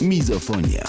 Mizofonia.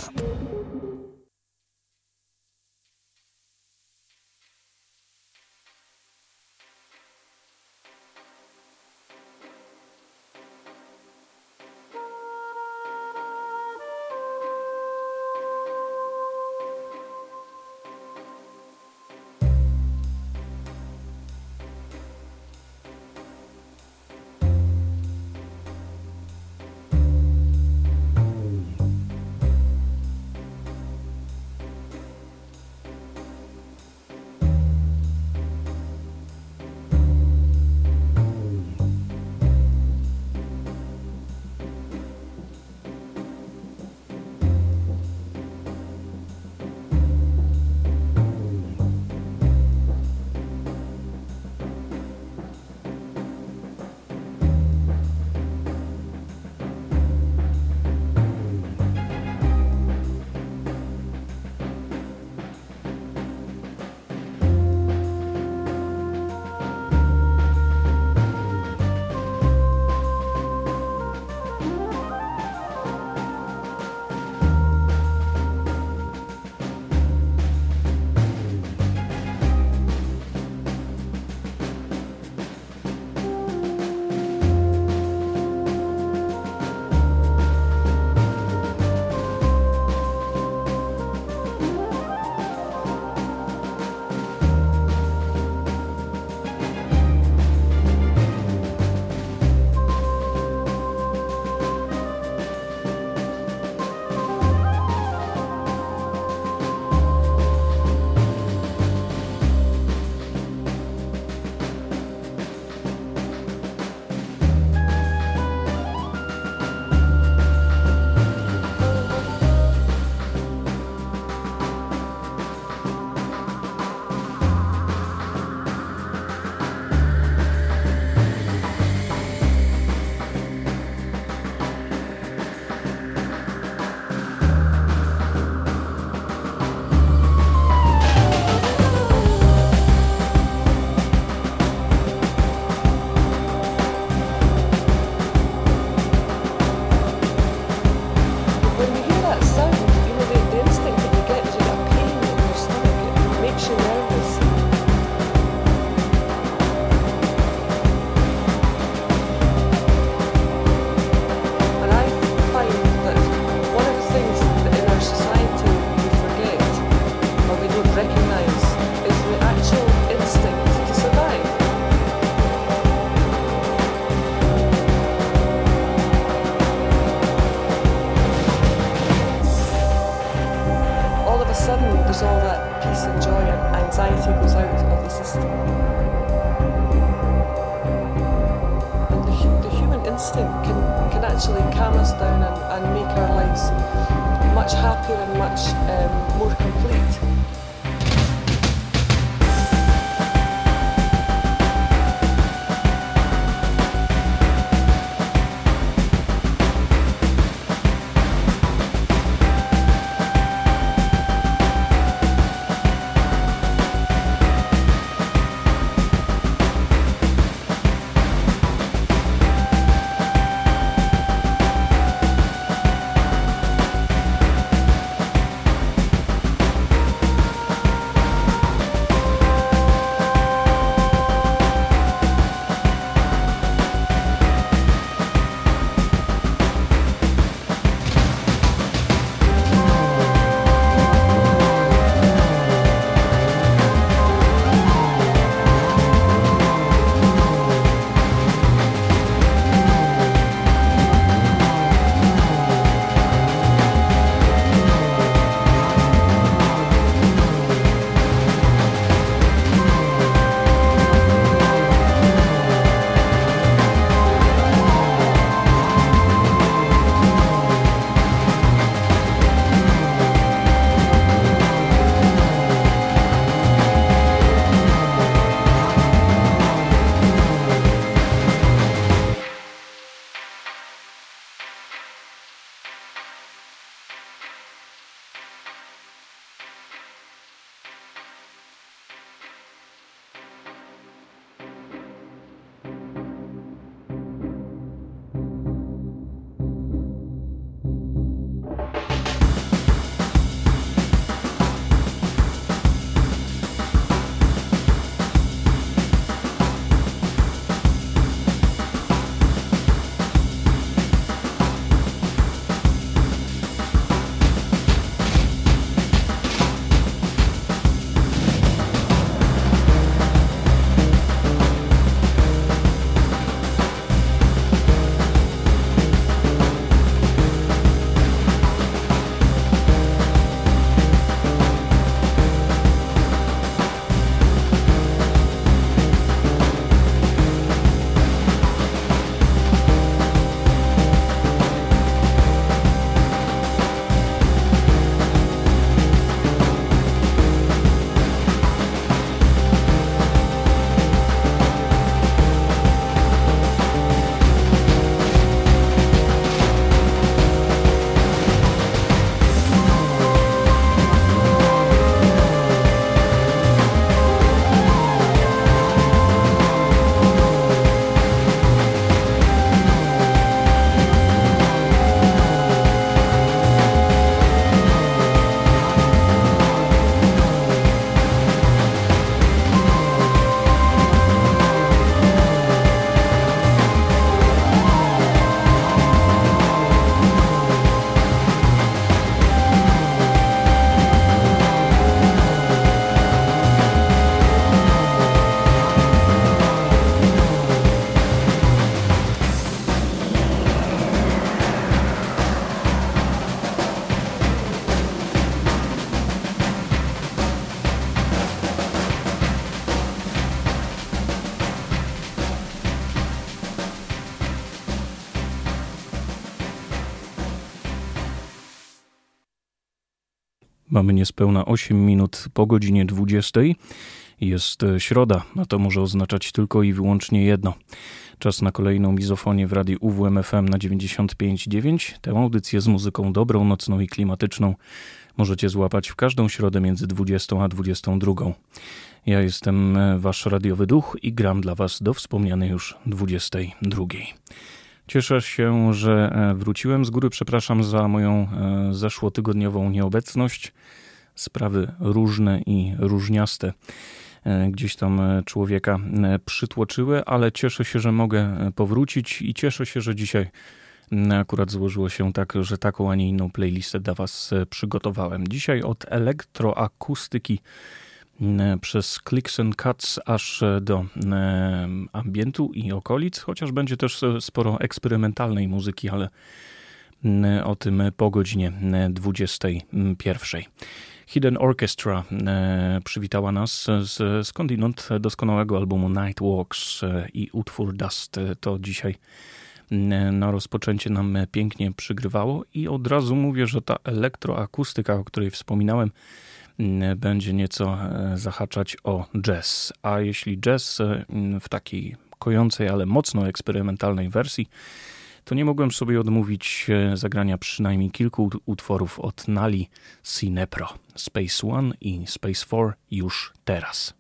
Mamy niespełna 8 minut po godzinie 20. Jest środa, a to może oznaczać tylko i wyłącznie jedno. Czas na kolejną mizofonię w radiu UWMFM na 95,9. Tę audycję z muzyką dobrą, nocną i klimatyczną możecie złapać w każdą środę między 20 a 22. Ja jestem wasz radiowy duch i gram dla was do wspomnianej już 22. Cieszę się, że wróciłem. Z góry przepraszam za moją zeszłotygodniową nieobecność. Sprawy różne i różniaste gdzieś tam człowieka przytłoczyły, ale cieszę się, że mogę powrócić i cieszę się, że dzisiaj akurat złożyło się tak, że taką, a nie inną playlistę dla was przygotowałem. Dzisiaj od elektroakustyki przez clicks and cuts aż do ambientu i okolic, chociaż będzie też sporo eksperymentalnej muzyki, ale o tym po godzinie 21. Hidden Orchestra przywitała nas z skądinąd doskonałego albumu Nightwalks i utwór Dust. To dzisiaj na rozpoczęcie nam pięknie przygrywało i od razu mówię, że ta elektroakustyka, o której wspominałem, będzie nieco zahaczać o jazz. A jeśli jazz w takiej kojącej, ale mocno eksperymentalnej wersji, to nie mogłem sobie odmówić zagrania przynajmniej kilku utworów od Nali Cinepro. Space One i Space 4 już teraz.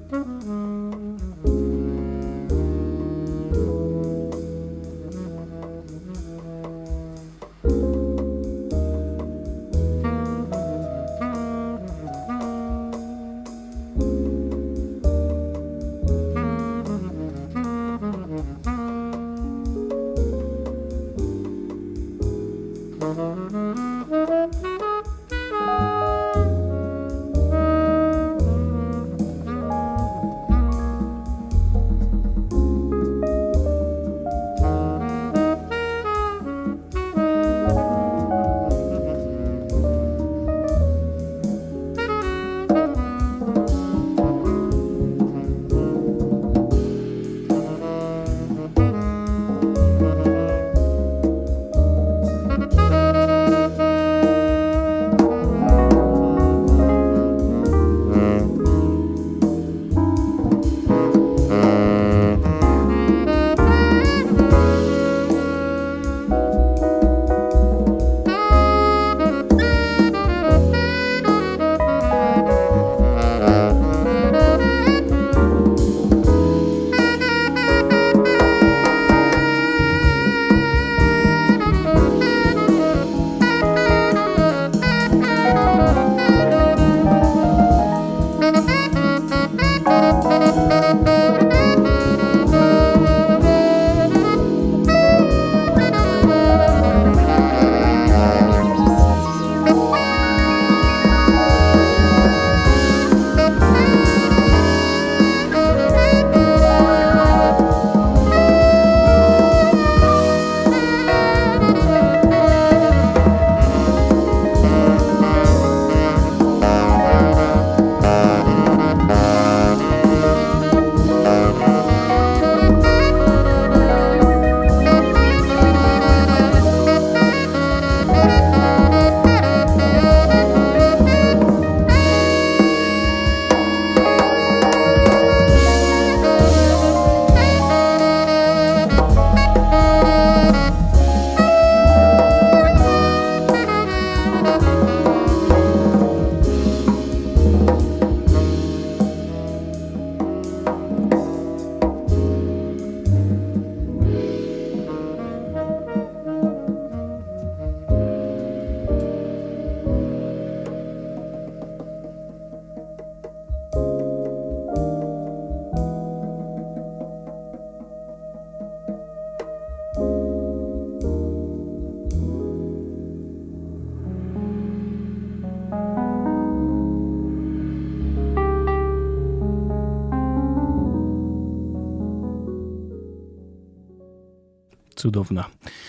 Cudowna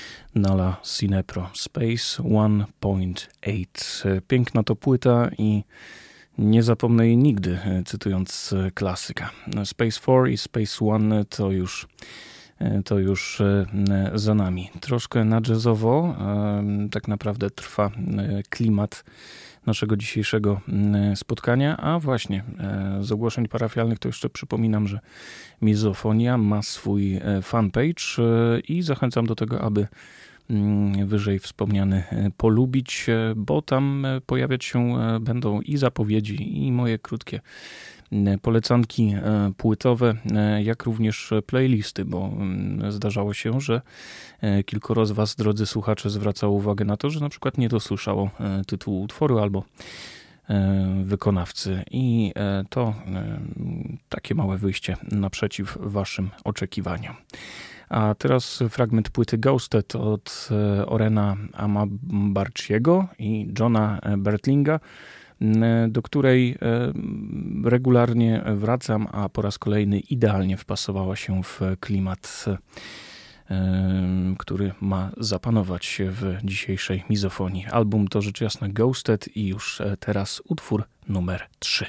Nala Sinepro, Space 1.8. Piękna to płyta i nie zapomnę jej nigdy, cytując klasyka. Space 4 i Space 1 to już za nami. Troszkę na jazzowo tak naprawdę trwa klimat naszego dzisiejszego spotkania, a właśnie z ogłoszeń parafialnych to jeszcze przypominam, że Mizofonia ma swój fanpage i zachęcam do tego, aby wyżej wspomniany polubić, bo tam pojawiać się będą i zapowiedzi, i moje krótkie polecanki płytowe, jak również playlisty, bo zdarzało się, że kilkoro z Was, drodzy słuchacze, zwracało uwagę na to, że na przykład nie dosłyszało tytułu utworu albo wykonawcy i to takie małe wyjście naprzeciw Waszym oczekiwaniom. A teraz fragment płyty Ghosted od Orena Amabarciego i Johna Bertlinga, do której regularnie wracam, a po raz kolejny idealnie wpasowała się w klimat, który ma zapanować w dzisiejszej mizofonii. Album to rzecz jasna Ghosted i już teraz utwór numer 3.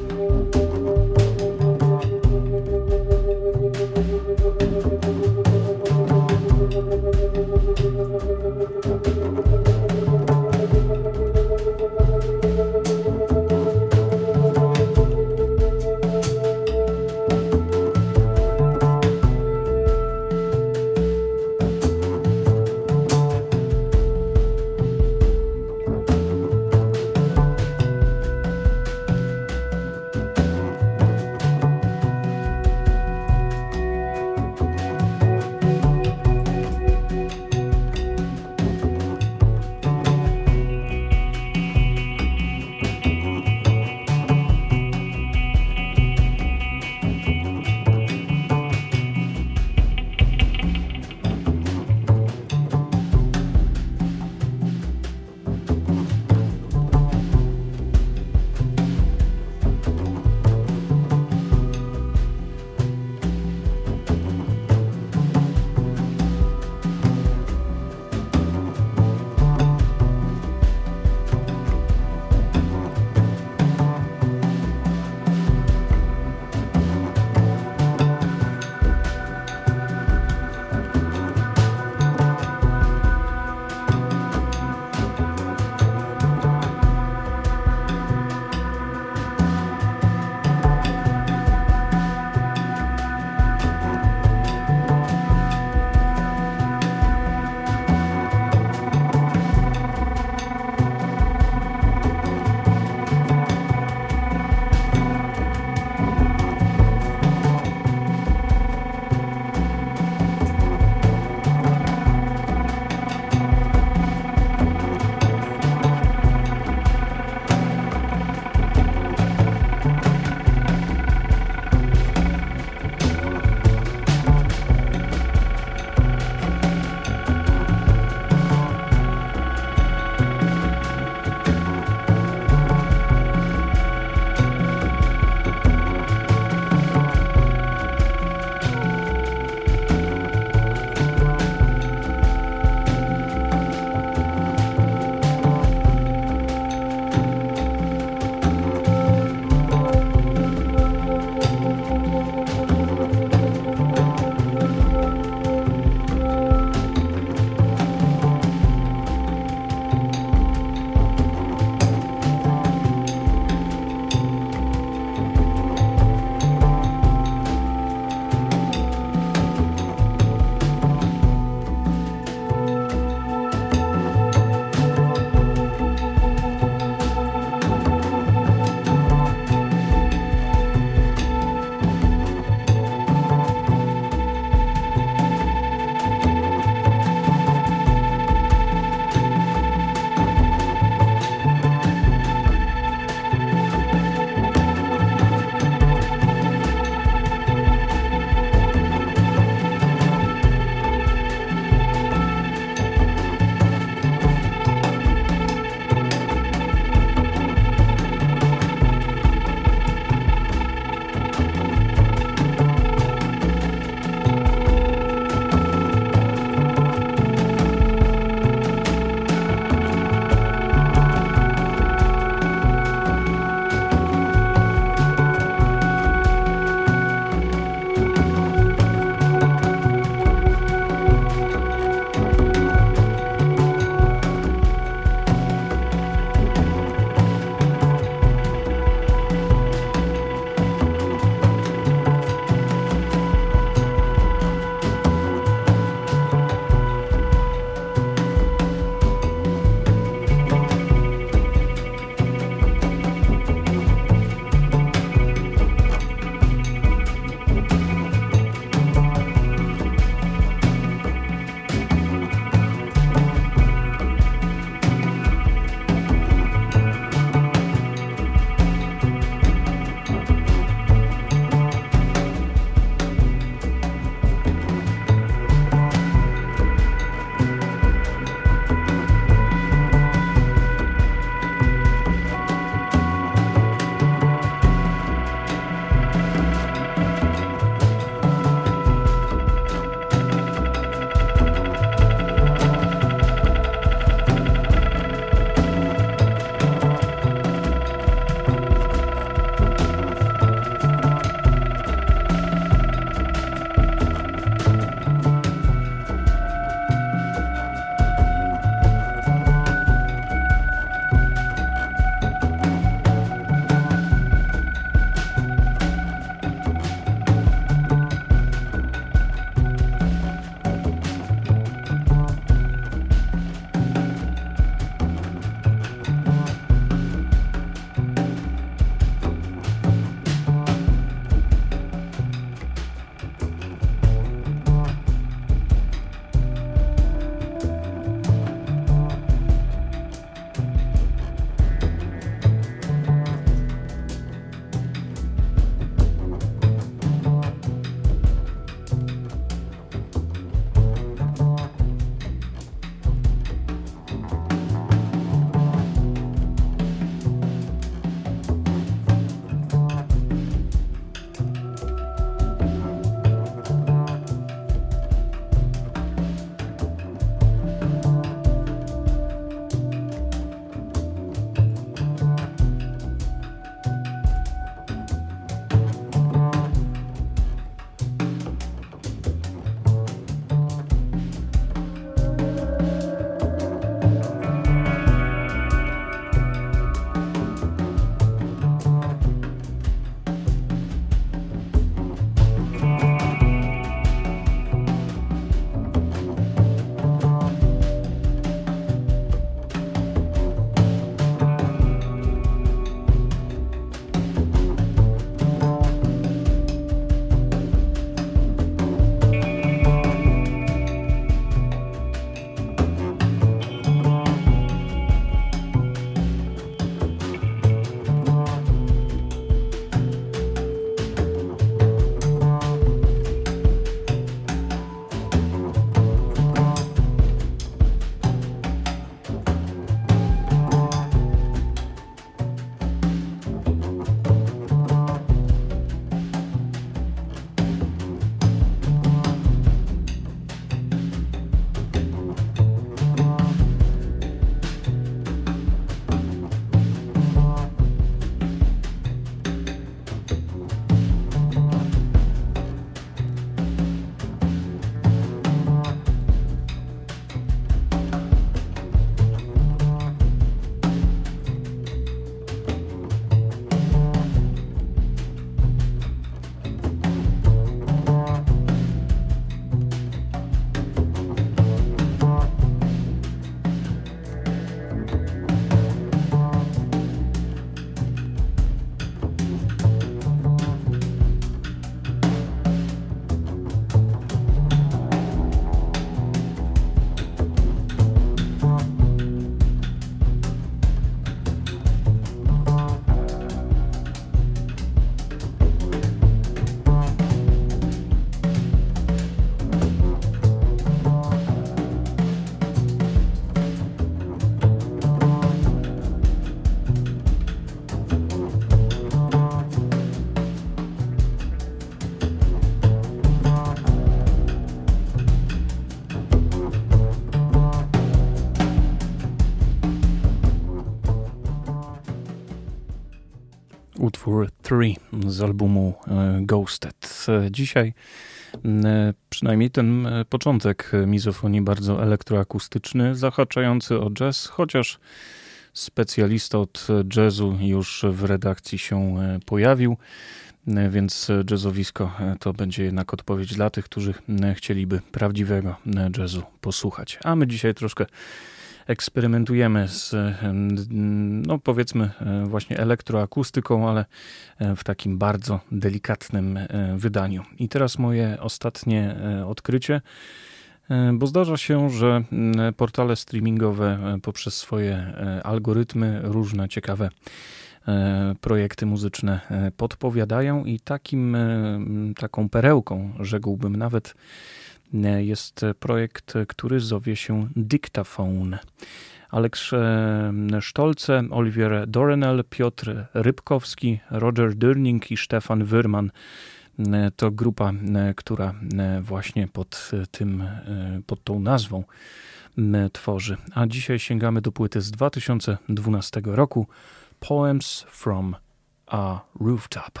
for Three z albumu Ghosted. Dzisiaj przynajmniej ten początek mizofonii bardzo elektroakustyczny, zahaczający o jazz, chociaż specjalista od jazzu już w redakcji się pojawił, więc jazzowisko to będzie jednak odpowiedź dla tych, którzy chcieliby prawdziwego jazzu posłuchać. A my dzisiaj troszkę eksperymentujemy z, no powiedzmy, właśnie elektroakustyką, ale w takim bardzo delikatnym wydaniu. I teraz moje ostatnie odkrycie, bo zdarza się, że portale streamingowe poprzez swoje algorytmy różne ciekawe projekty muzyczne podpowiadają i taką perełką, rzekłbym nawet, jest projekt, który zowie się Dictaphone. Alex Stolze, Olivier Dorenel, Piotr Rybkowski, Roger Dürning i Stefan Wyrman to grupa, która właśnie pod tą nazwą tworzy. A dzisiaj sięgamy do płyty z 2012 roku Poems from a Rooftop.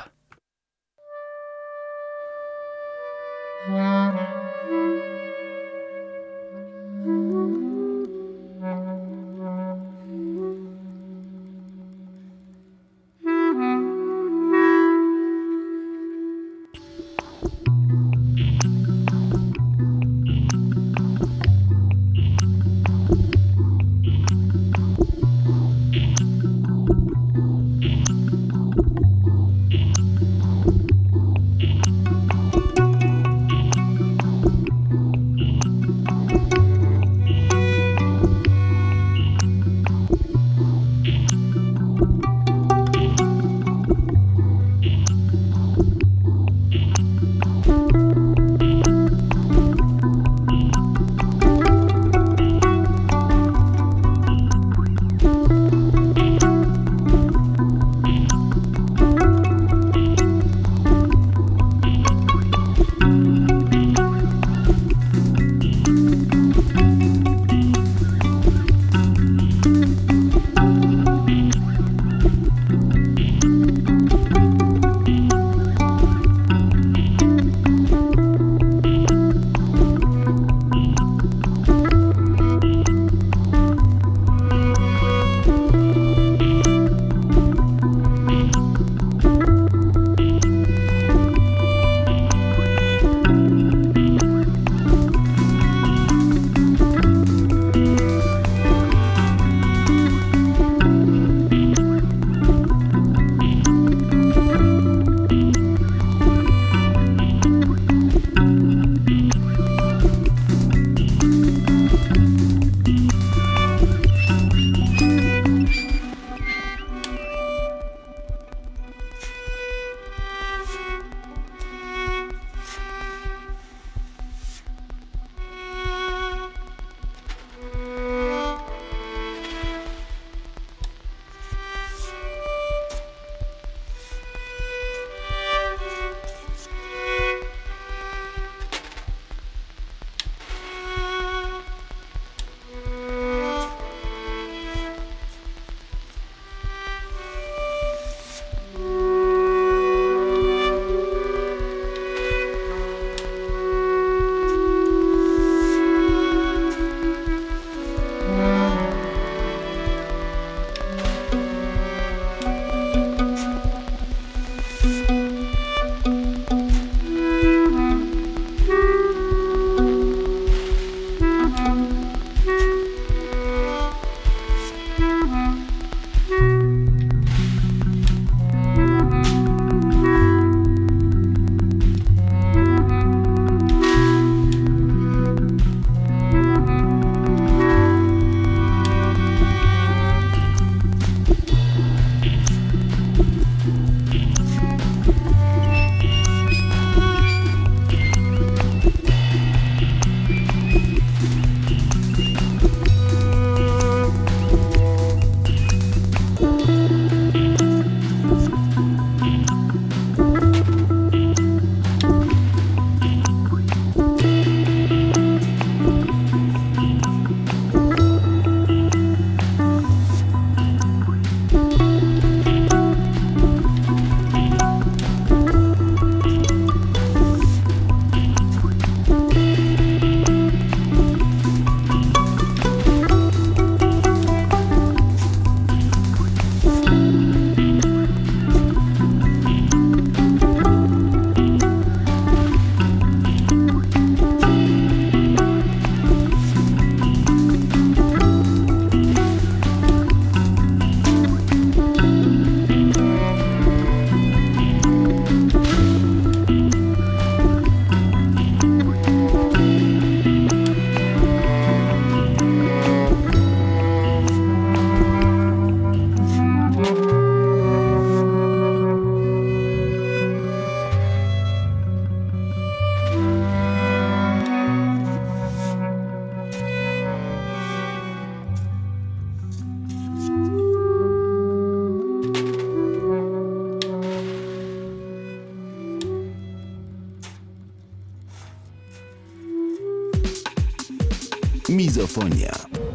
Mizofonia.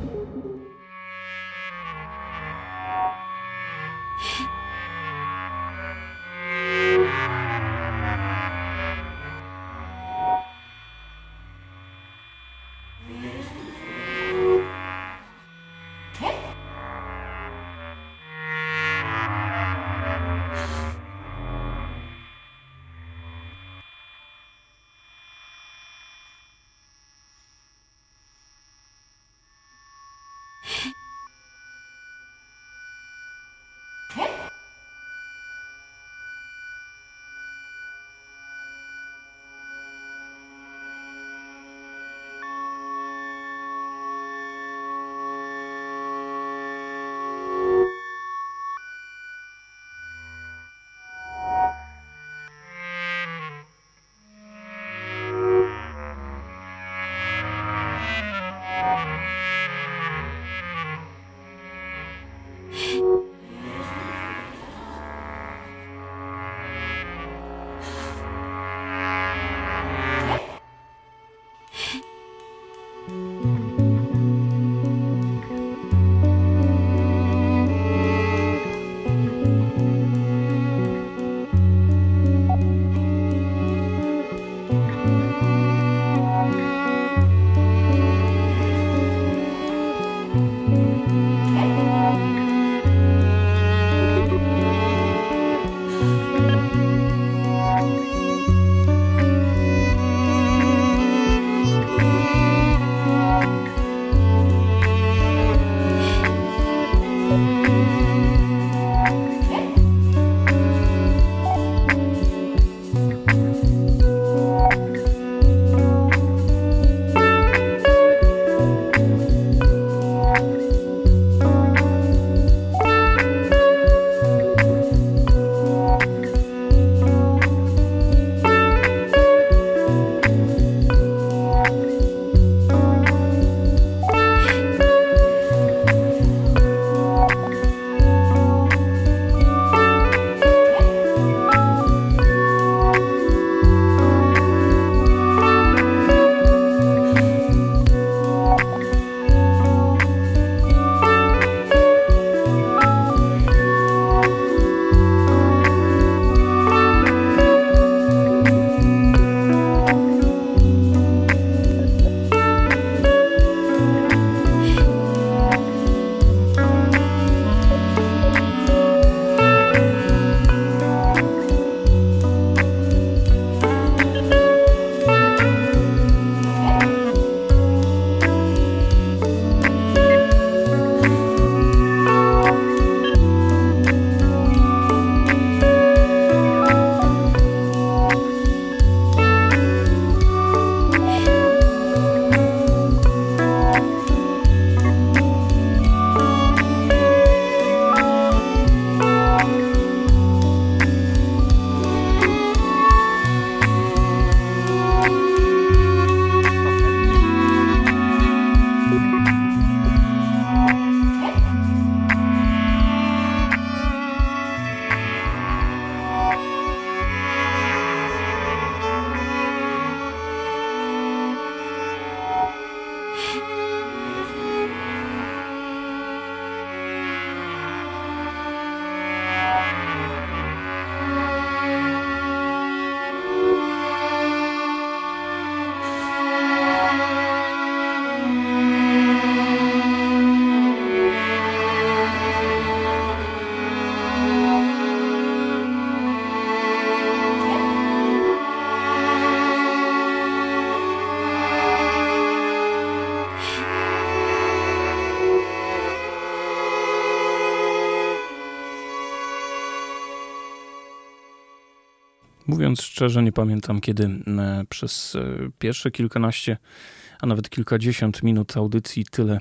Mówiąc szczerze, nie pamiętam, kiedy przez pierwsze kilkanaście, a nawet kilkadziesiąt minut audycji tyle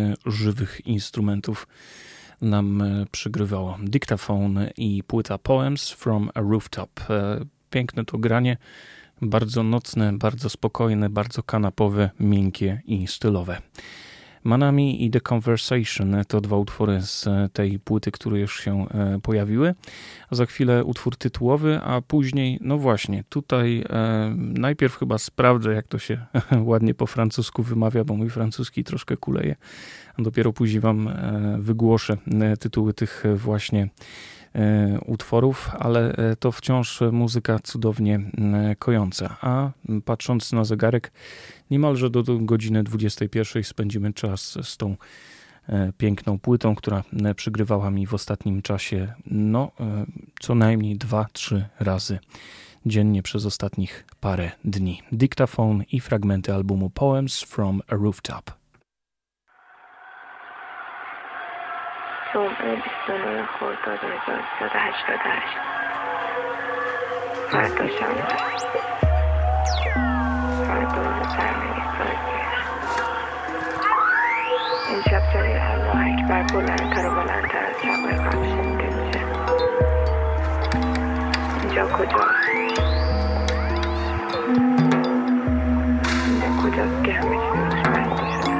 żywych instrumentów nam przygrywało. Dictaphone i płyta Poems from a Rooftop. Piękne to granie, bardzo nocne, bardzo spokojne, bardzo kanapowe, miękkie i stylowe. Manami i The Conversation to dwa utwory z tej płyty, które już się pojawiły. A za chwilę utwór tytułowy, a później, no właśnie, tutaj najpierw chyba sprawdzę, jak to się ładnie po francusku wymawia, bo mój francuski troszkę kuleje. A dopiero później wam wygłoszę tytuły tych właśnie utworów, ale to wciąż muzyka cudownie kojąca. A patrząc na zegarek, niemalże do godziny 21 spędzimy czas z tą piękną płytą, która przygrywała mi w ostatnim czasie co najmniej 2-3 razy dziennie przez ostatnich parę dni. Dictaphone i fragmenty albumu Poems from a Rooftop. جمعه 29 خرداد 1388 فردا شنبه فردا روز سرمایه سازی این شب صدای الله اکبر بلندتر و بلندتر از شب‌های قبل شنیده میشه. اینجا کجاست؟ اینجا کجاست که همه چیز روش بسته شده؟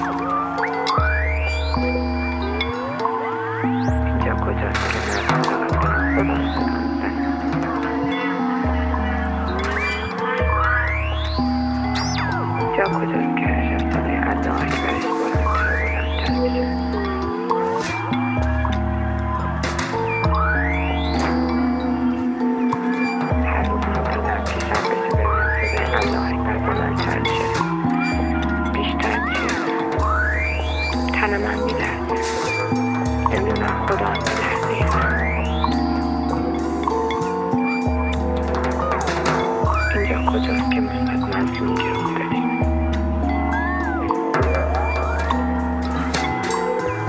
اینجا کجاست که مردم فقط دارن خدا رو صدا میزنن؟ اینجا کجاست که هر شب صدای الله اکبرش بلندتر و بلندتر میشه؟ تن من می‌لرزه نمیدونم خدا می‌لرزه اینجا کجاست که من تو اینجا رو داریم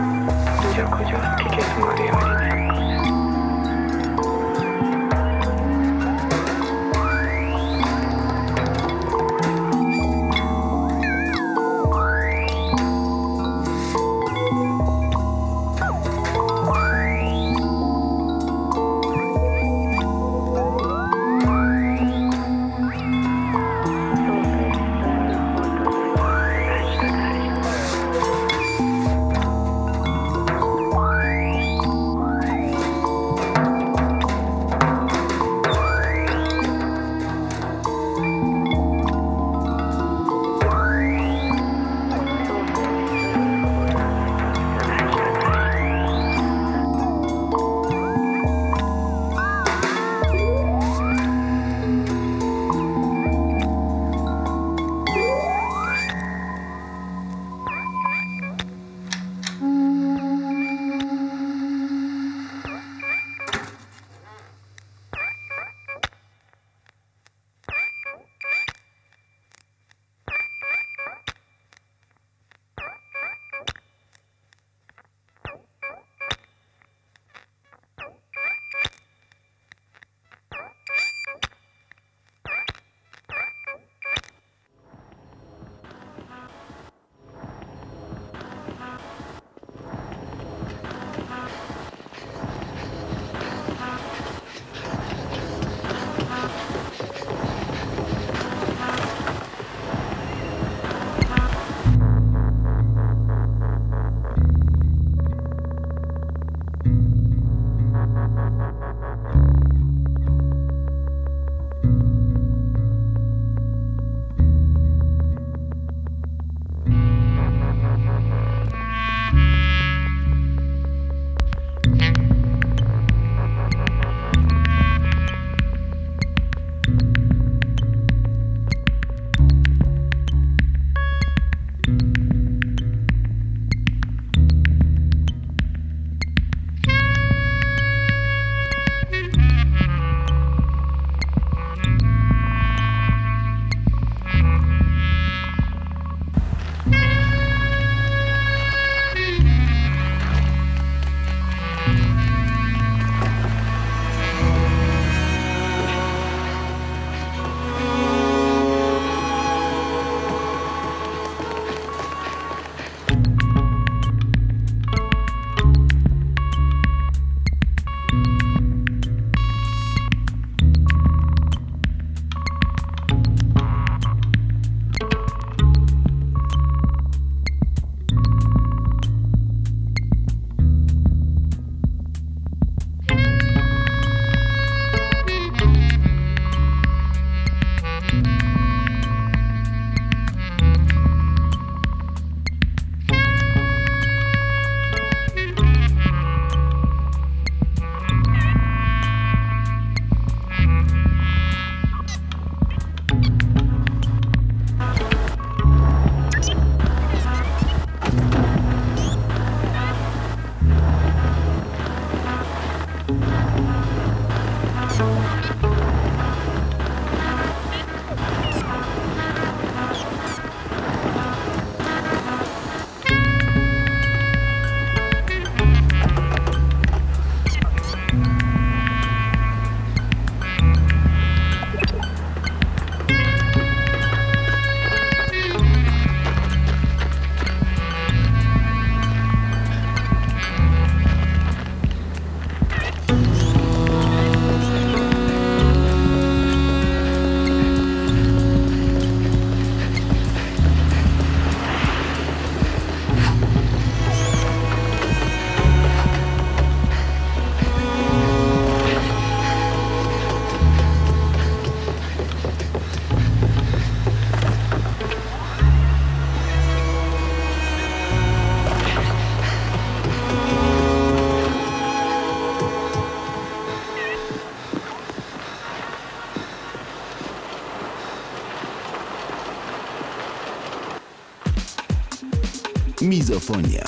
Mizofonia.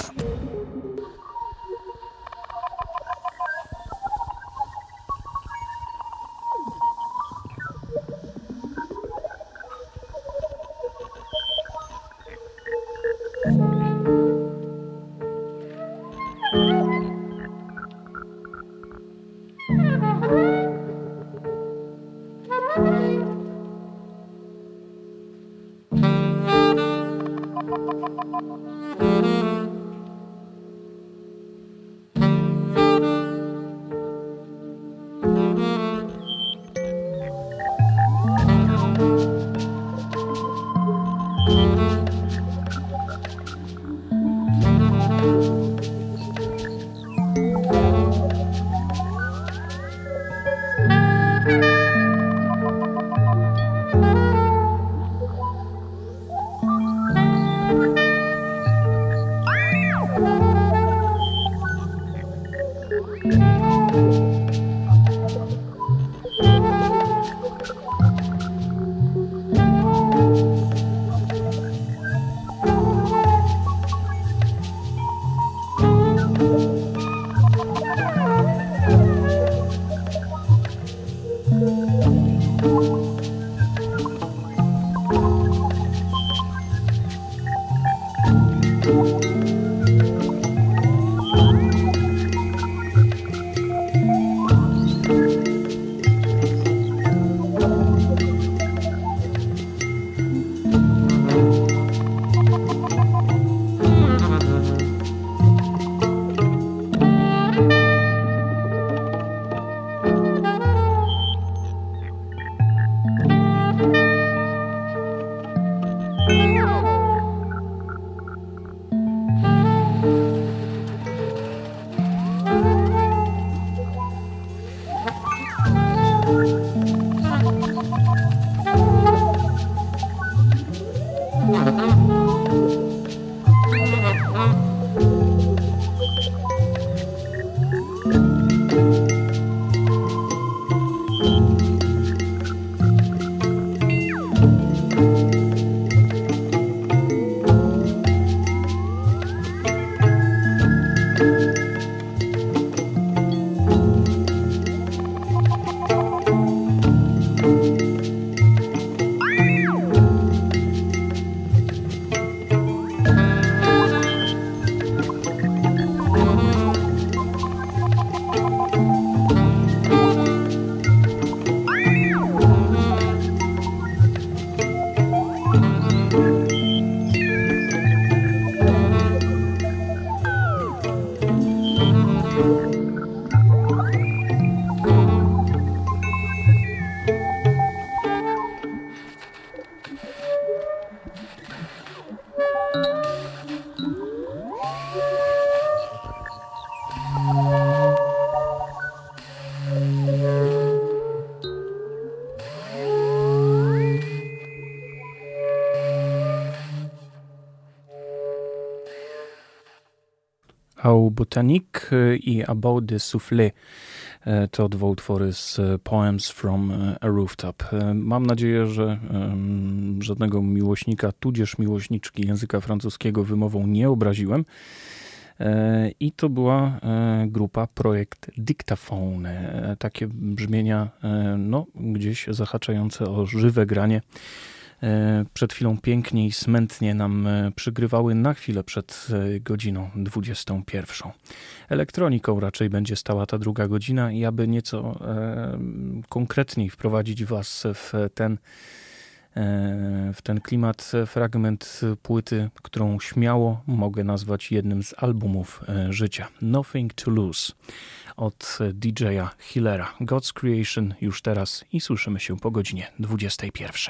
Au Botanique i About the Soufflé to dwa utwory z Poems from a Rooftop. Mam nadzieję, że żadnego miłośnika, tudzież miłośniczki języka francuskiego wymową nie obraziłem. I to była grupa Projekt Dictaphone. Takie brzmienia gdzieś zahaczające o żywe granie. Przed chwilą pięknie i smętnie nam przygrywały na chwilę przed godziną 21. Elektroniką raczej będzie stała ta druga godzina i aby nieco konkretniej wprowadzić Was w ten klimat, fragment płyty, którą śmiało mogę nazwać jednym z albumów życia. Nothing to Lose od DJ-a Hillera. God's Creation już teraz i słyszymy się po godzinie 21.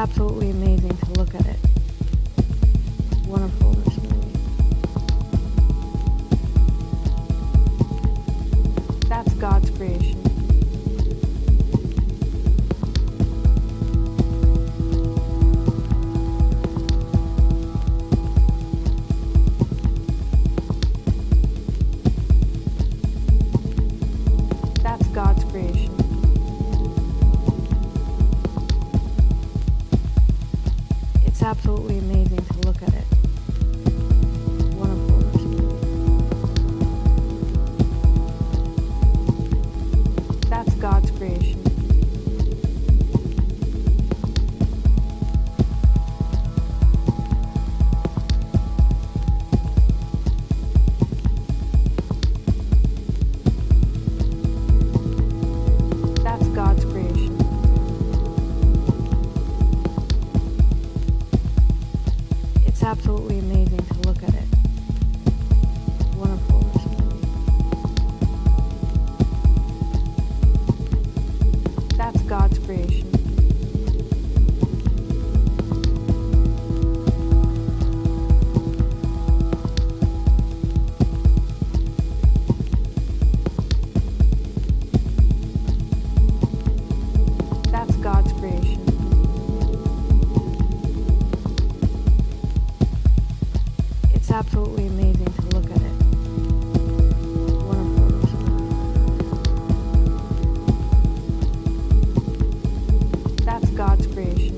absolutely amazing to look at it. Wonderful, this movie. That's God's creation. That's God's creation. It's absolutely amazing to look at it. Wonderful, this movie. That's God's creation. That's God's creation. It's absolutely amazing to look at it. Wonderful, this movie. That's God's creation. That's God's creation. It's absolutely amazing to look at it. Wonderful, this movie. That's God's creation.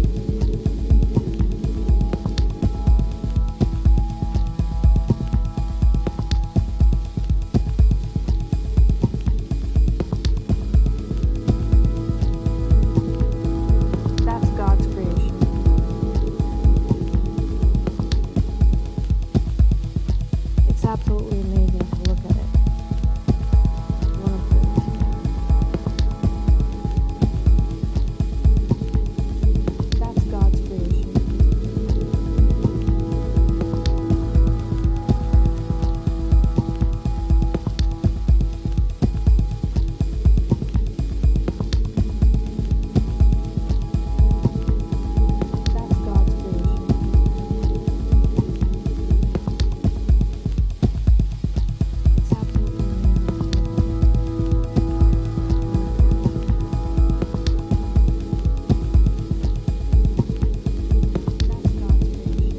That's God's creation. It's absolutely amazing to look at it. Wonderful, this movie. That's God's creation. That's God's creation. It's absolutely amazing to look at it. That's God's creation.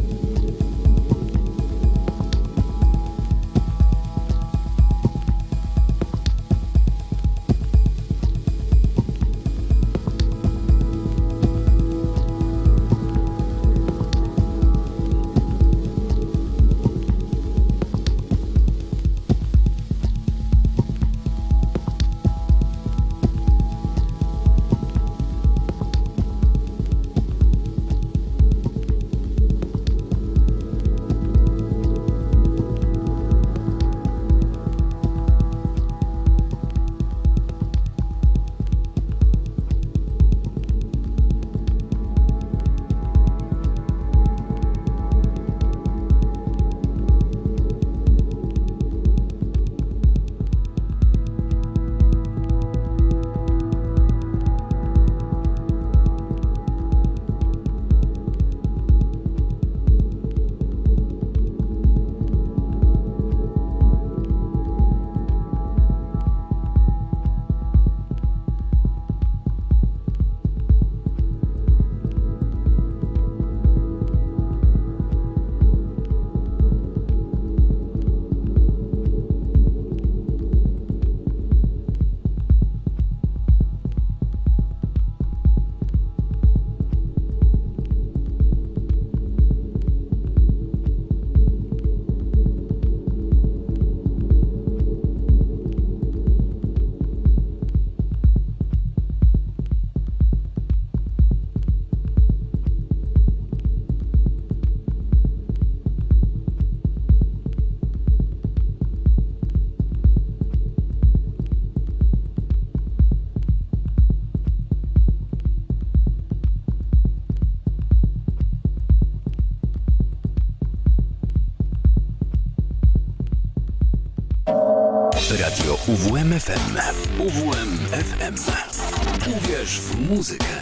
Radio UWM FM. UWM FM. Uwierz w muzykę.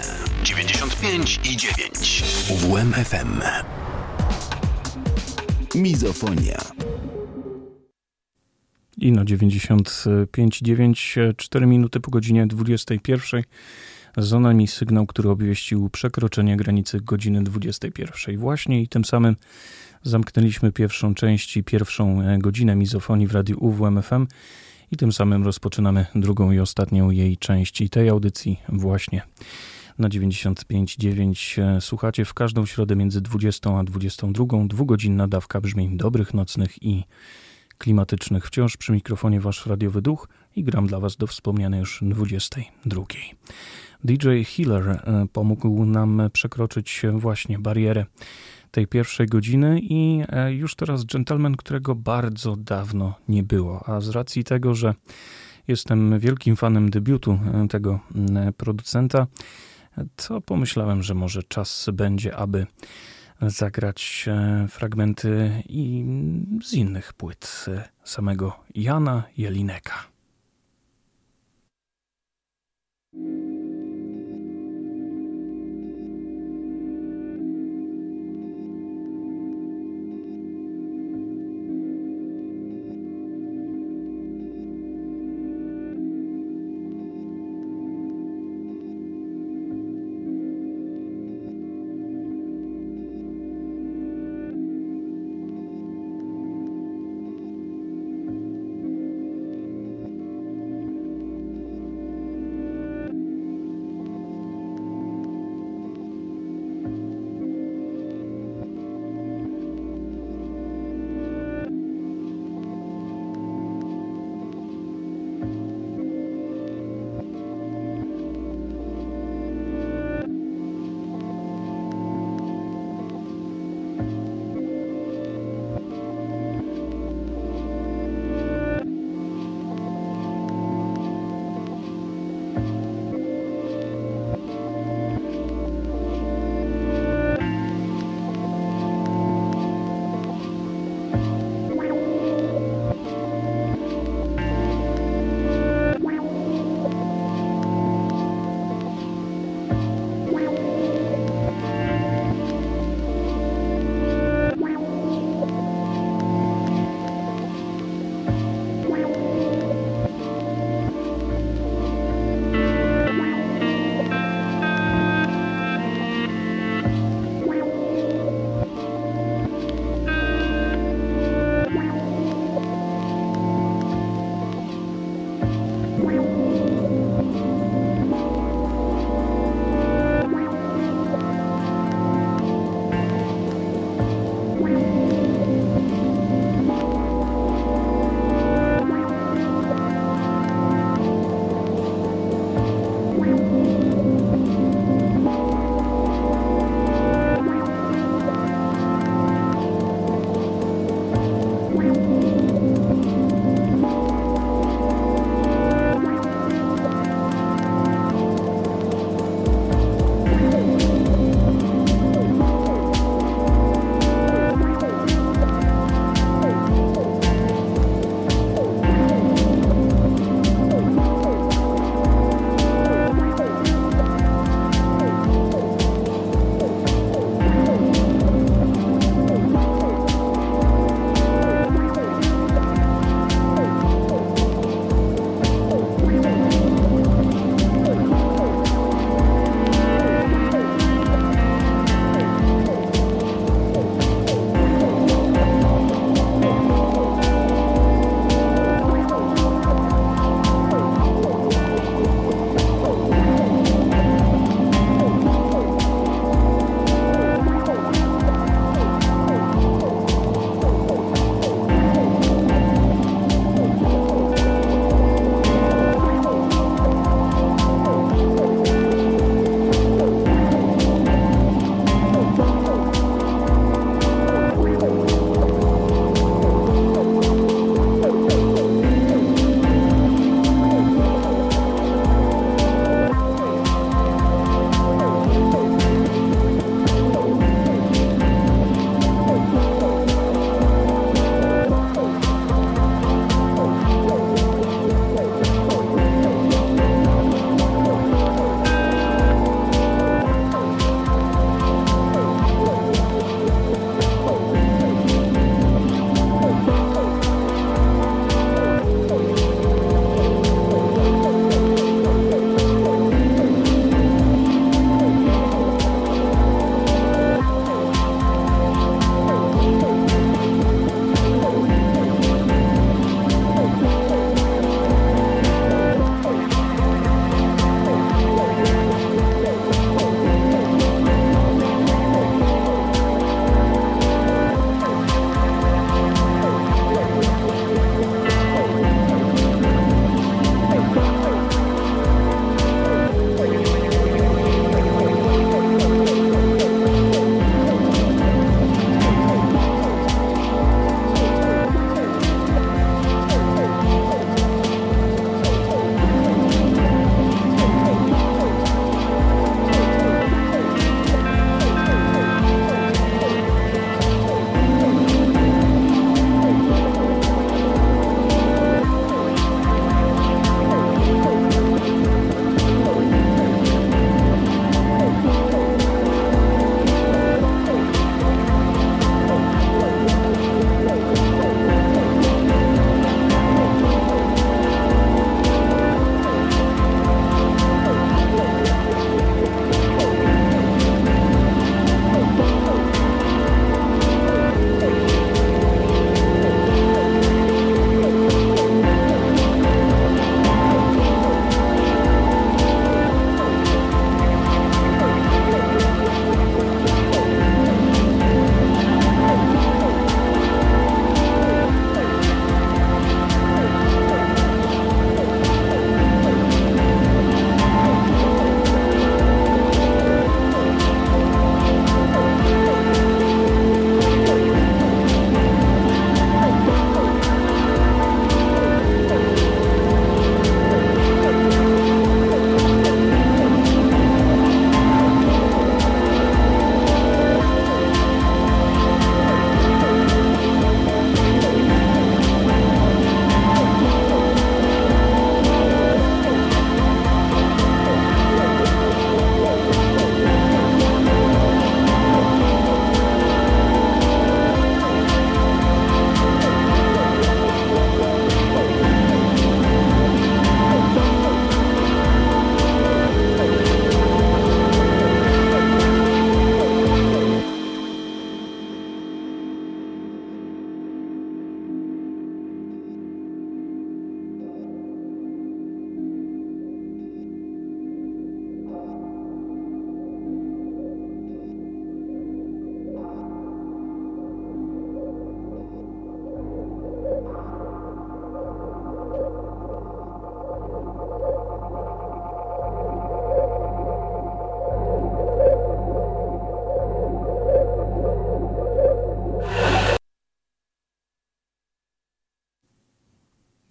95,9 UWMFM. Mizofonia. I na 95,9, 4 minuty po godzinie 21. Za nami sygnał, który obwieścił przekroczenie granicy godziny 21. Właśnie i tym samym zamknęliśmy pierwszą część i pierwszą godzinę mizofonii w radiu UWMFM i tym samym rozpoczynamy drugą i ostatnią jej część i tej audycji właśnie na 95,9. Słuchacie w każdą środę między 20 a 22. Dwugodzinna dawka brzmień dobrych, nocnych i klimatycznych. Wciąż przy mikrofonie wasz radiowy duch i gram dla was do wspomnianej już 22. DJ Healer pomógł nam przekroczyć właśnie barierę tej pierwszej godziny i już teraz gentleman, którego bardzo dawno nie było, a z racji tego, że jestem wielkim fanem debiutu tego producenta, to pomyślałem, że może czas będzie, aby zagrać fragmenty i z innych płyt samego Jana Jelineka.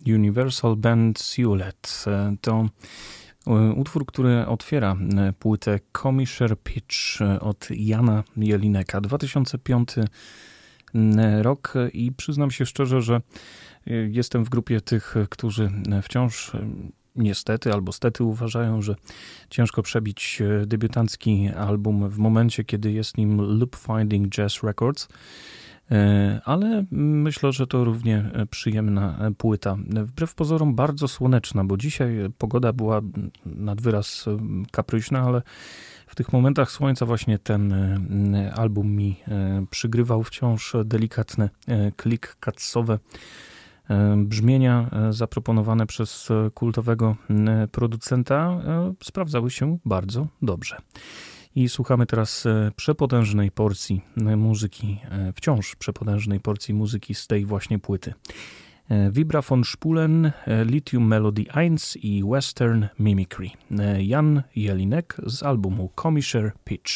Universal Band Siulet. To utwór, który otwiera płytę Comisher Pitch od Jana Jelineka. 2005 rok i przyznam się szczerze, że jestem w grupie tych, którzy wciąż niestety albo stety uważają, że ciężko przebić debiutancki album w momencie, kiedy jest nim Loop Finding Jazz Records. Ale myślę, że to równie przyjemna płyta. Wbrew pozorom bardzo słoneczna, bo dzisiaj pogoda była nad wyraz kapryśna, ale w tych momentach słońca właśnie ten album mi przygrywał wciąż delikatne click-cutsowe brzmienia zaproponowane przez kultowego producenta sprawdzały się bardzo dobrze. I słuchamy teraz przepotężnej porcji muzyki, wciąż przepotężnej porcji muzyki z tej właśnie płyty. Vibra von Spulen, Lithium Melody 1 i Western Mimicry. Jan Jelinek z albumu Comisher Pitch.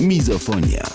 Mizofonia.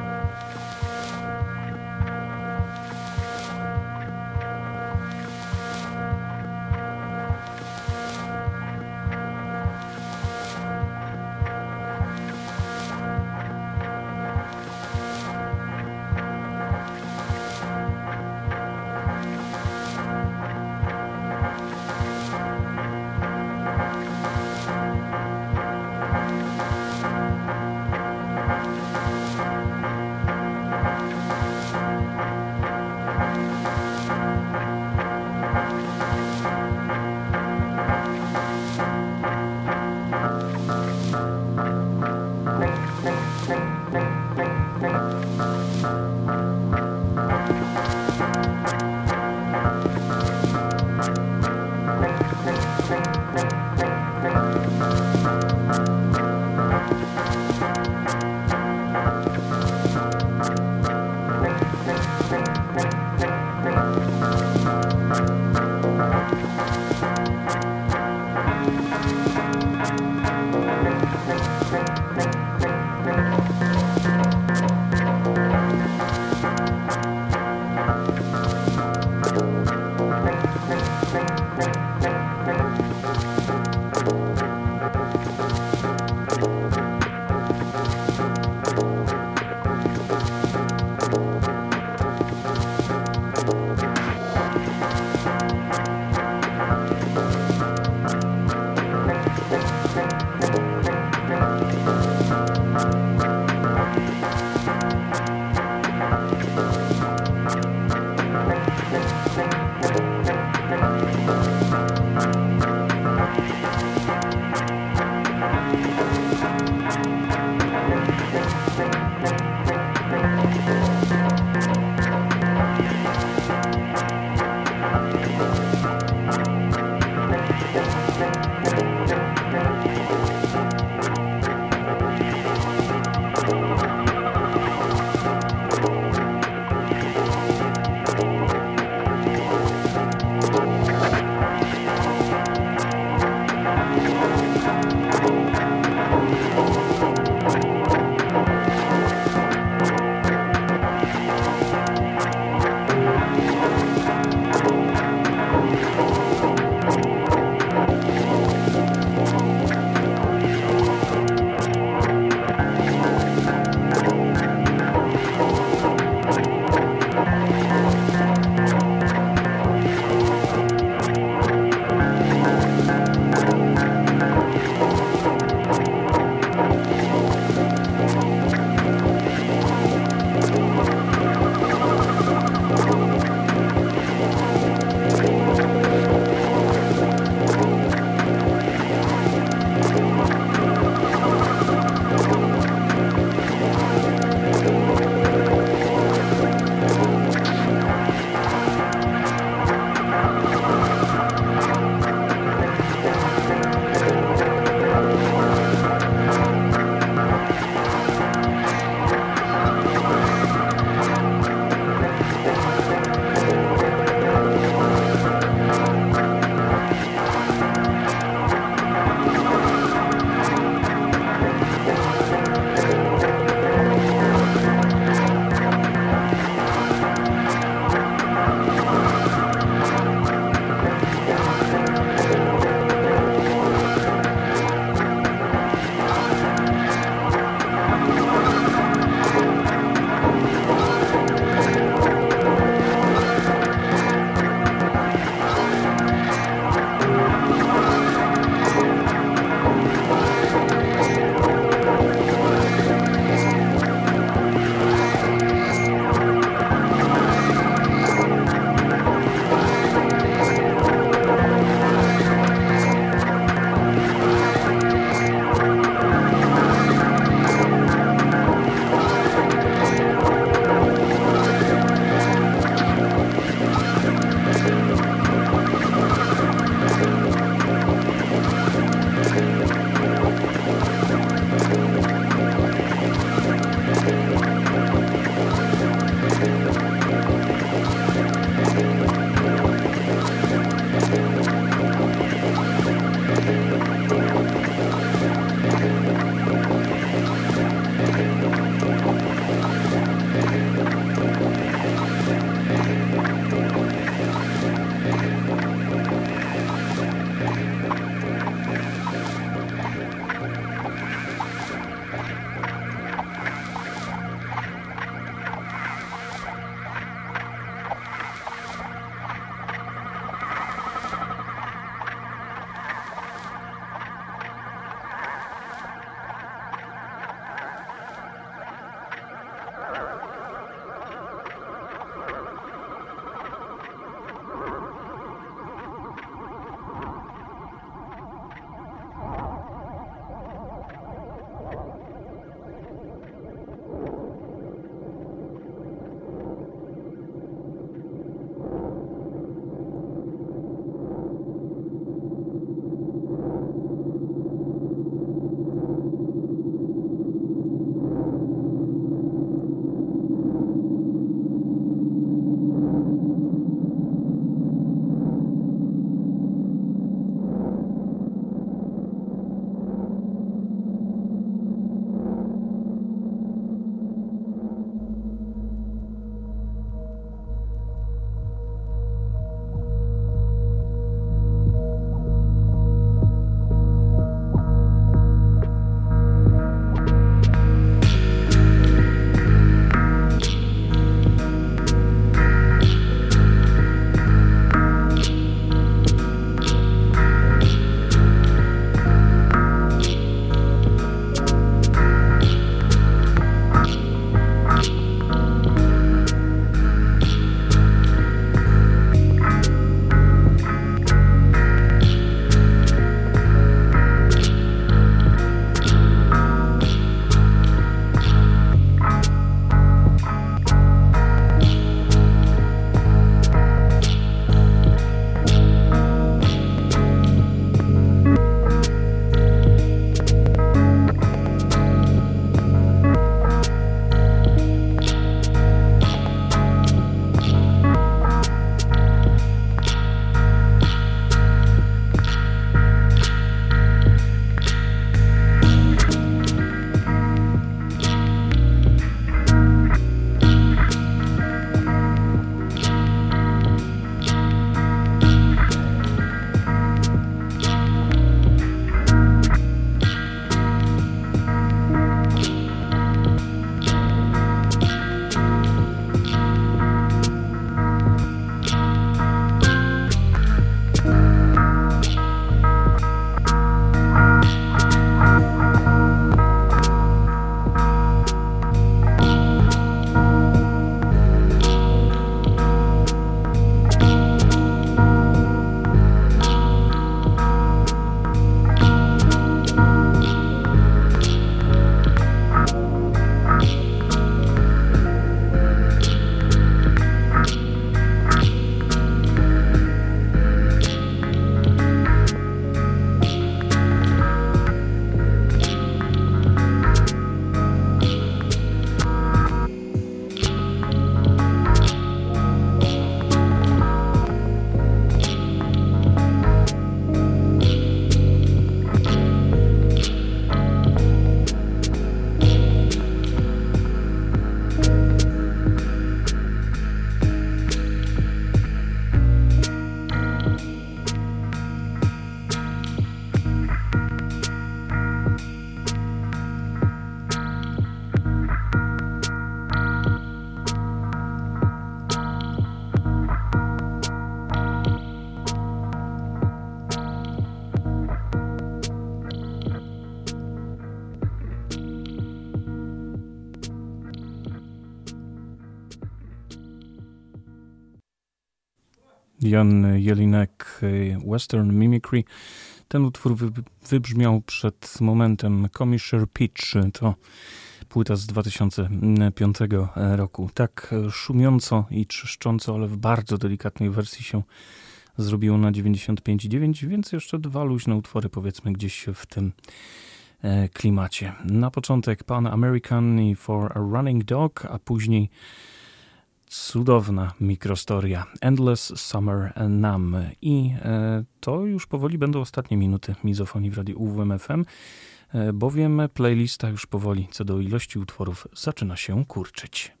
Jan Jelinek, Western Mimicry. Ten utwór wybrzmiał przed momentem. Comisher Pitch to płyta z 2005 roku. Tak szumiąco i trzeszcząco, ale w bardzo delikatnej wersji się zrobiło na 95,9, więc jeszcze dwa luźne utwory, powiedzmy, gdzieś w tym klimacie. Na początek Pan American i For a Running Dog, a później cudowna mikrostoria Endless Summer Numb. I to już powoli będą ostatnie minuty mizofonii w radiu UWMFM, bowiem playlista już powoli co do ilości utworów zaczyna się kurczyć.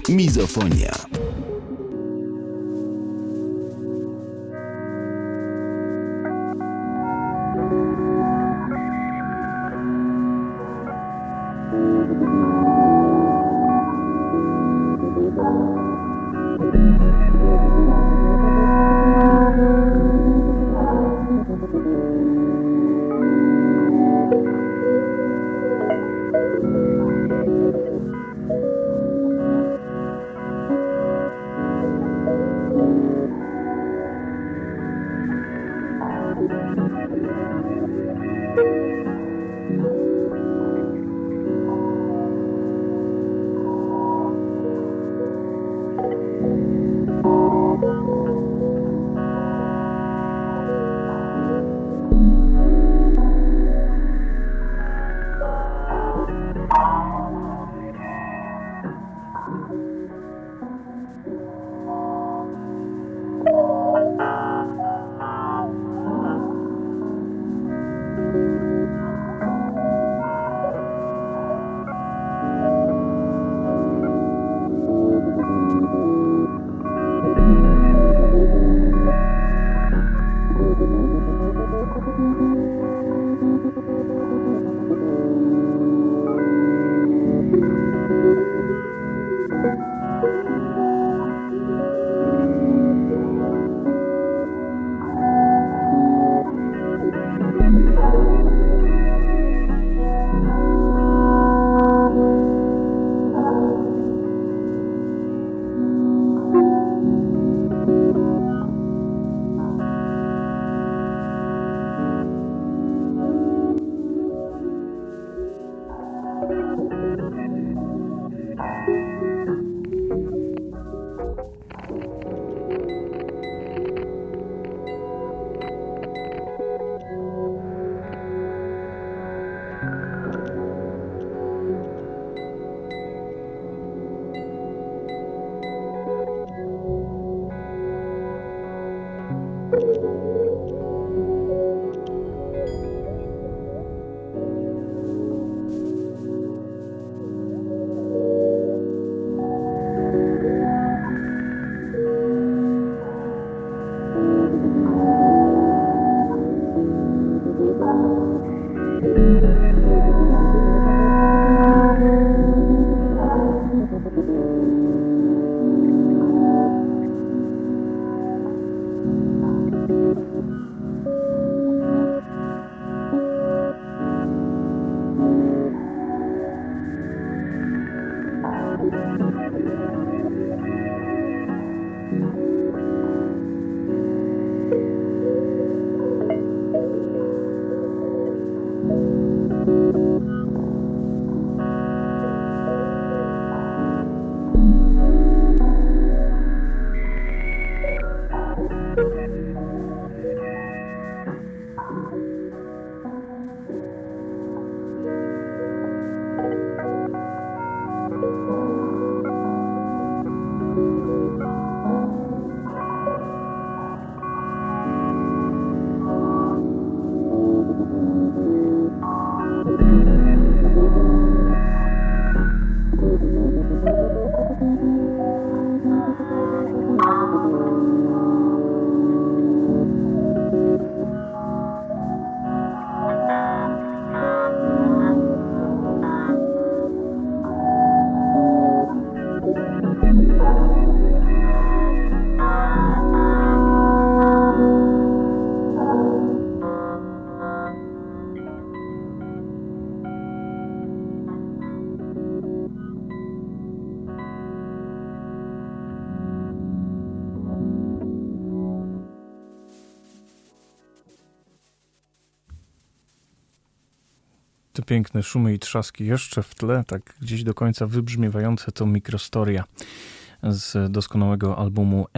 Mizofonia. Te piękne szumy i trzaski jeszcze w tle, tak gdzieś do końca wybrzmiewające, to Microstoria z doskonałego albumu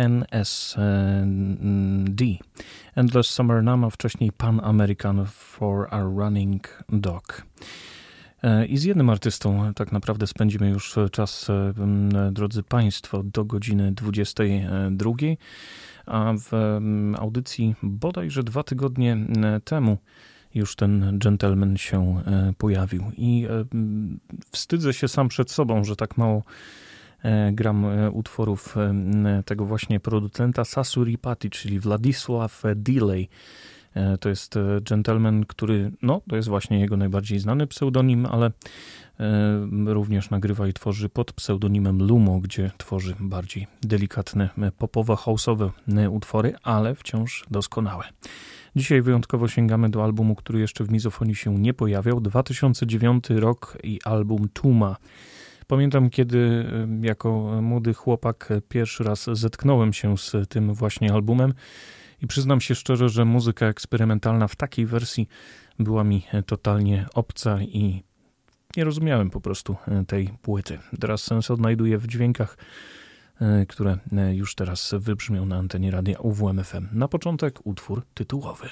NSD. Endless Summer Nam, a wcześniej Pan American for a Running Dog. I z jednym artystą tak naprawdę spędzimy już czas, drodzy Państwo, do godziny 22, a w audycji bodajże 2 tygodnie temu już ten gentleman się pojawił i wstydzę się sam przed sobą, że tak mało gram utworów tego właśnie producenta Sasuripati, czyli Władysław Delay. To jest gentleman, który, no to jest właśnie jego najbardziej znany pseudonim, ale również nagrywa i tworzy pod pseudonimem Lumo, gdzie tworzy bardziej delikatne, popowe, house'owe utwory, ale wciąż doskonałe. Dzisiaj wyjątkowo sięgamy do albumu, który jeszcze w Mizofonii się nie pojawiał. 2009 rok i album Tuma. Pamiętam, kiedy jako młody chłopak pierwszy raz zetknąłem się z tym właśnie albumem i przyznam się szczerze, że muzyka eksperymentalna w takiej wersji była mi totalnie obca i nie rozumiałem po prostu tej płyty. Teraz sens odnajduję w dźwiękach, które już teraz wybrzmią na antenie radia UWMFM. Na początek utwór tytułowy.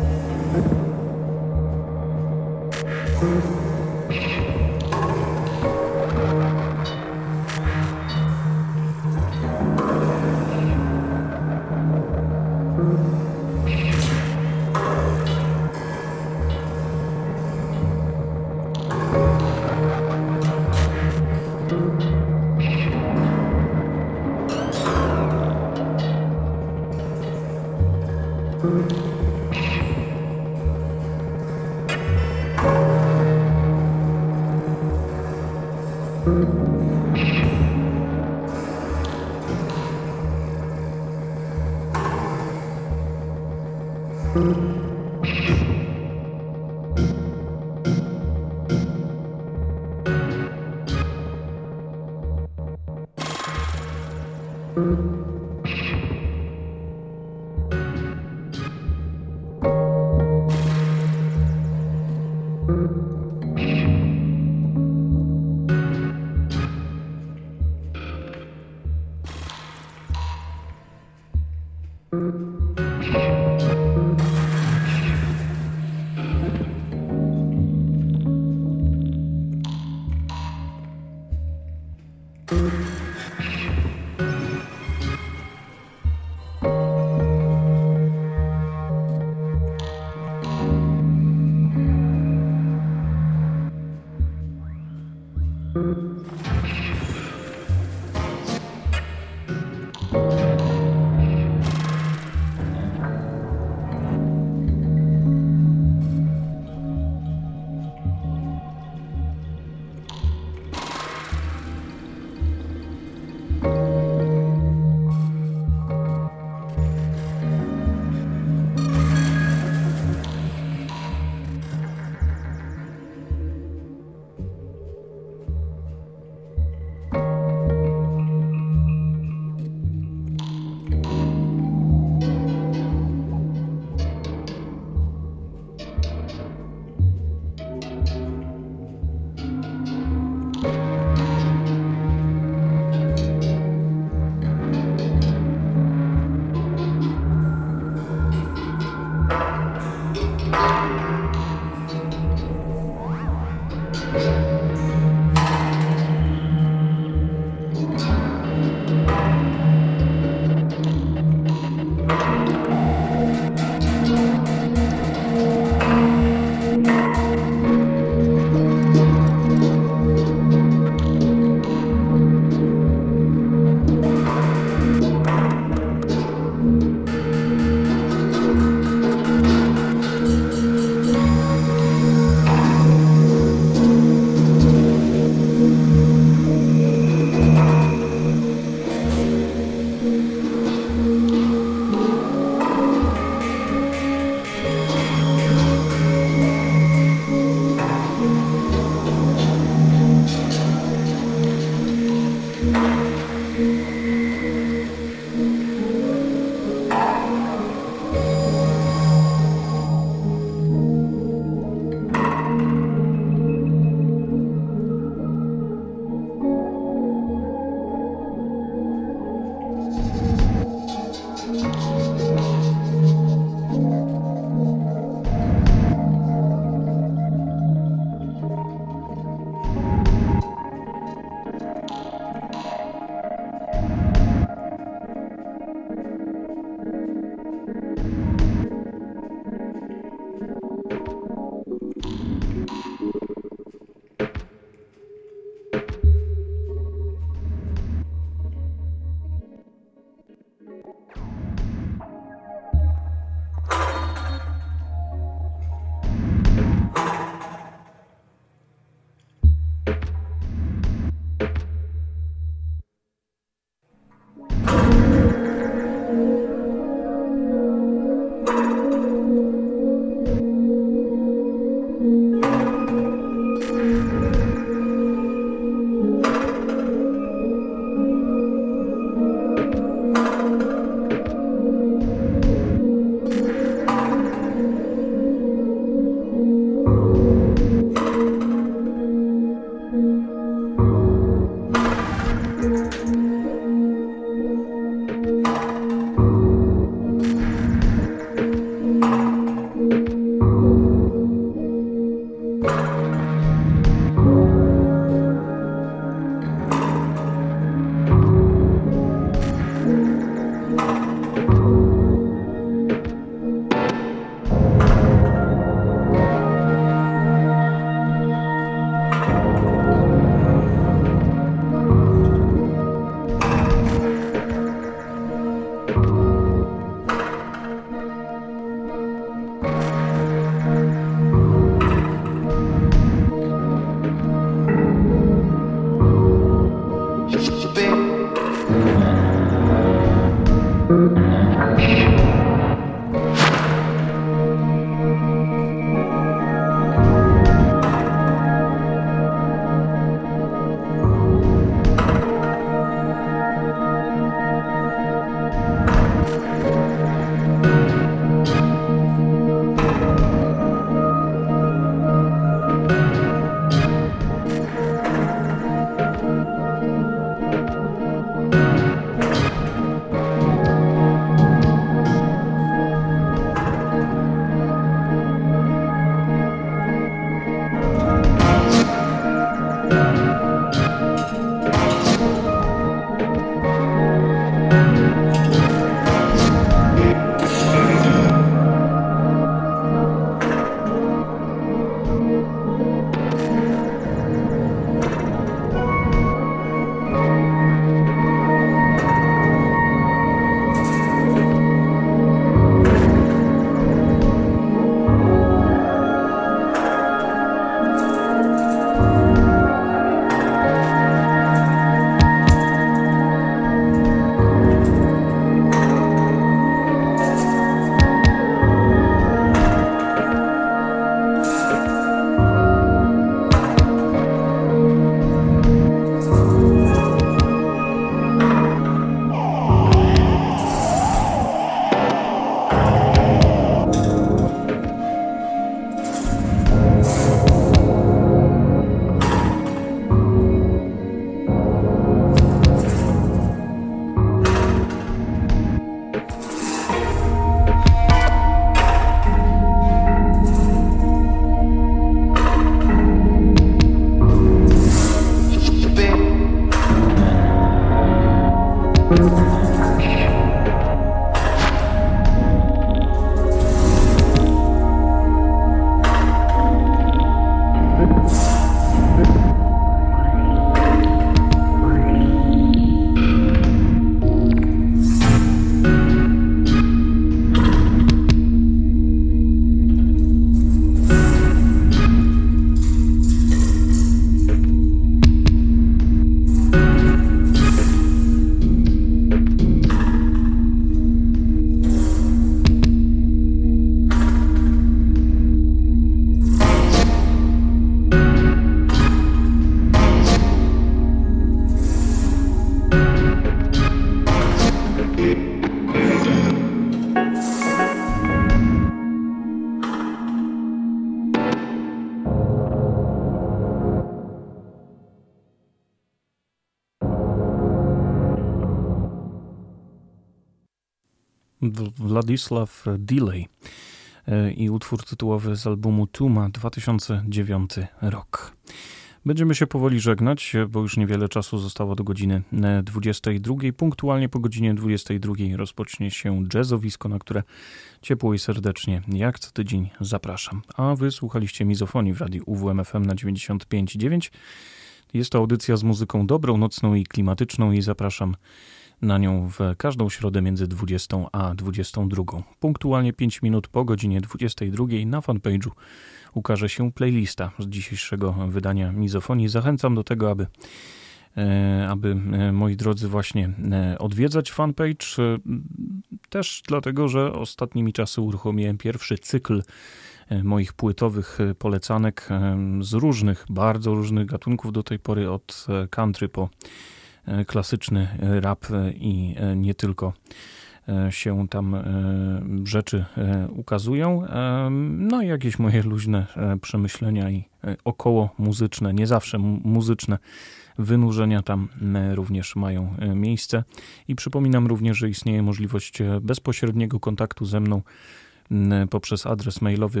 Władysław Delay i utwór tytułowy z albumu Tuma, 2009 rok. Będziemy się powoli żegnać, bo już niewiele czasu zostało do godziny 22. Punktualnie po godzinie 22 rozpocznie się jazzowisko, na które ciepło i serdecznie, jak co tydzień, zapraszam. A wy słuchaliście Mizofonii w radiu UWMFM na 95,9. Jest to audycja z muzyką dobrą, nocną i klimatyczną i zapraszam na nią w każdą środę między 20 a 22. Punktualnie 5 minut po godzinie 22 na fanpage'u ukaże się playlista z dzisiejszego wydania Mizofonii. Zachęcam do tego, aby moi drodzy właśnie odwiedzać fanpage. Też dlatego, że ostatnimi czasy uruchomiłem pierwszy cykl moich płytowych polecanek z różnych, bardzo różnych gatunków do tej pory, od country po klasyczny rap i nie tylko się tam rzeczy ukazują. No i jakieś moje luźne przemyślenia i około muzyczne, nie zawsze muzyczne wynurzenia tam również mają miejsce. I przypominam również, że istnieje możliwość bezpośredniego kontaktu ze mną poprzez adres mailowy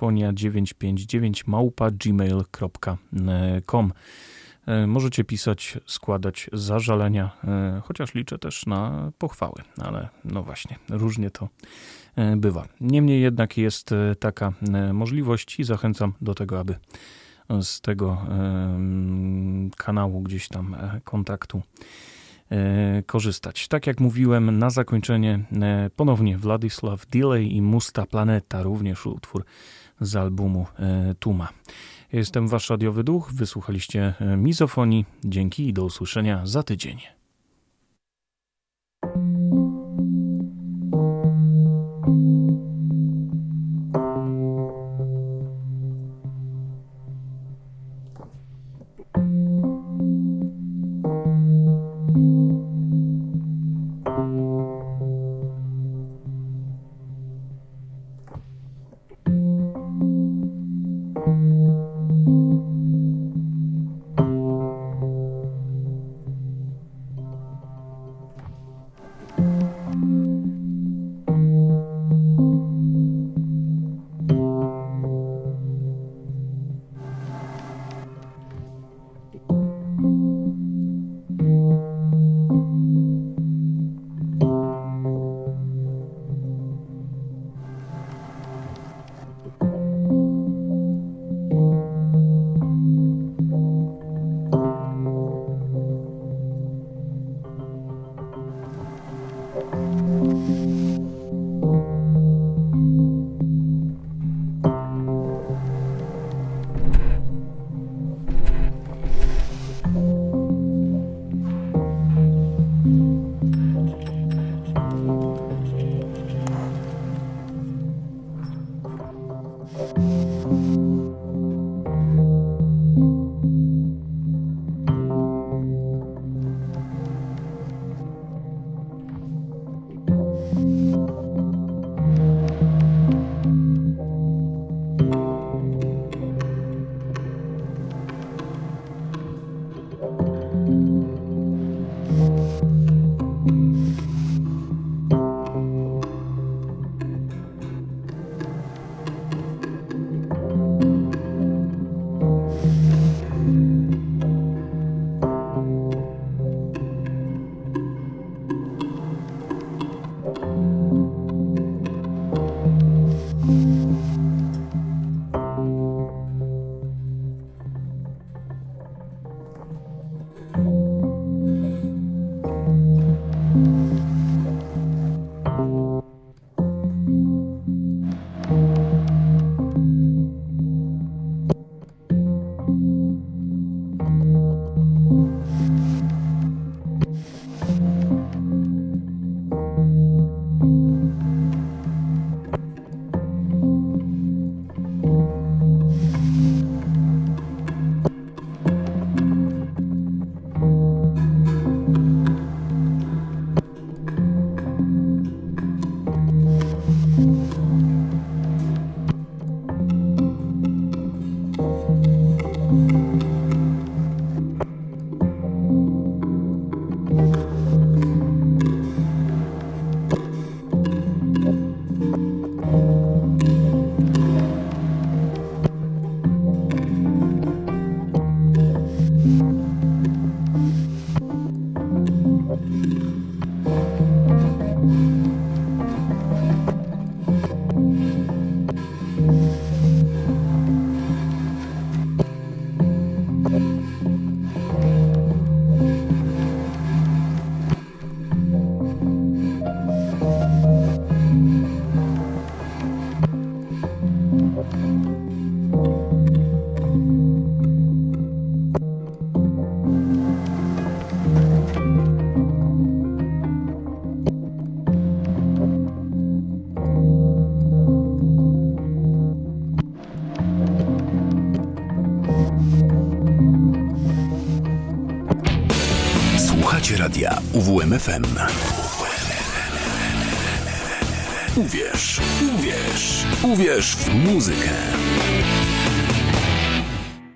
mizofonia959@gmail.com. Możecie pisać, składać zażalenia, chociaż liczę też na pochwały, ale no właśnie, różnie to bywa. Niemniej jednak jest taka możliwość i zachęcam do tego, aby z tego kanału gdzieś tam kontaktu korzystać. Tak jak mówiłem, na zakończenie ponownie Władysław Delay i Musta Planeta, również utwór z albumu Tuma. Ja jestem wasz radiowy duch, wysłuchaliście Mizofonii. Dzięki i do usłyszenia za tydzień. Słuchajcie radia UWMFM. Uwierz w muzykę.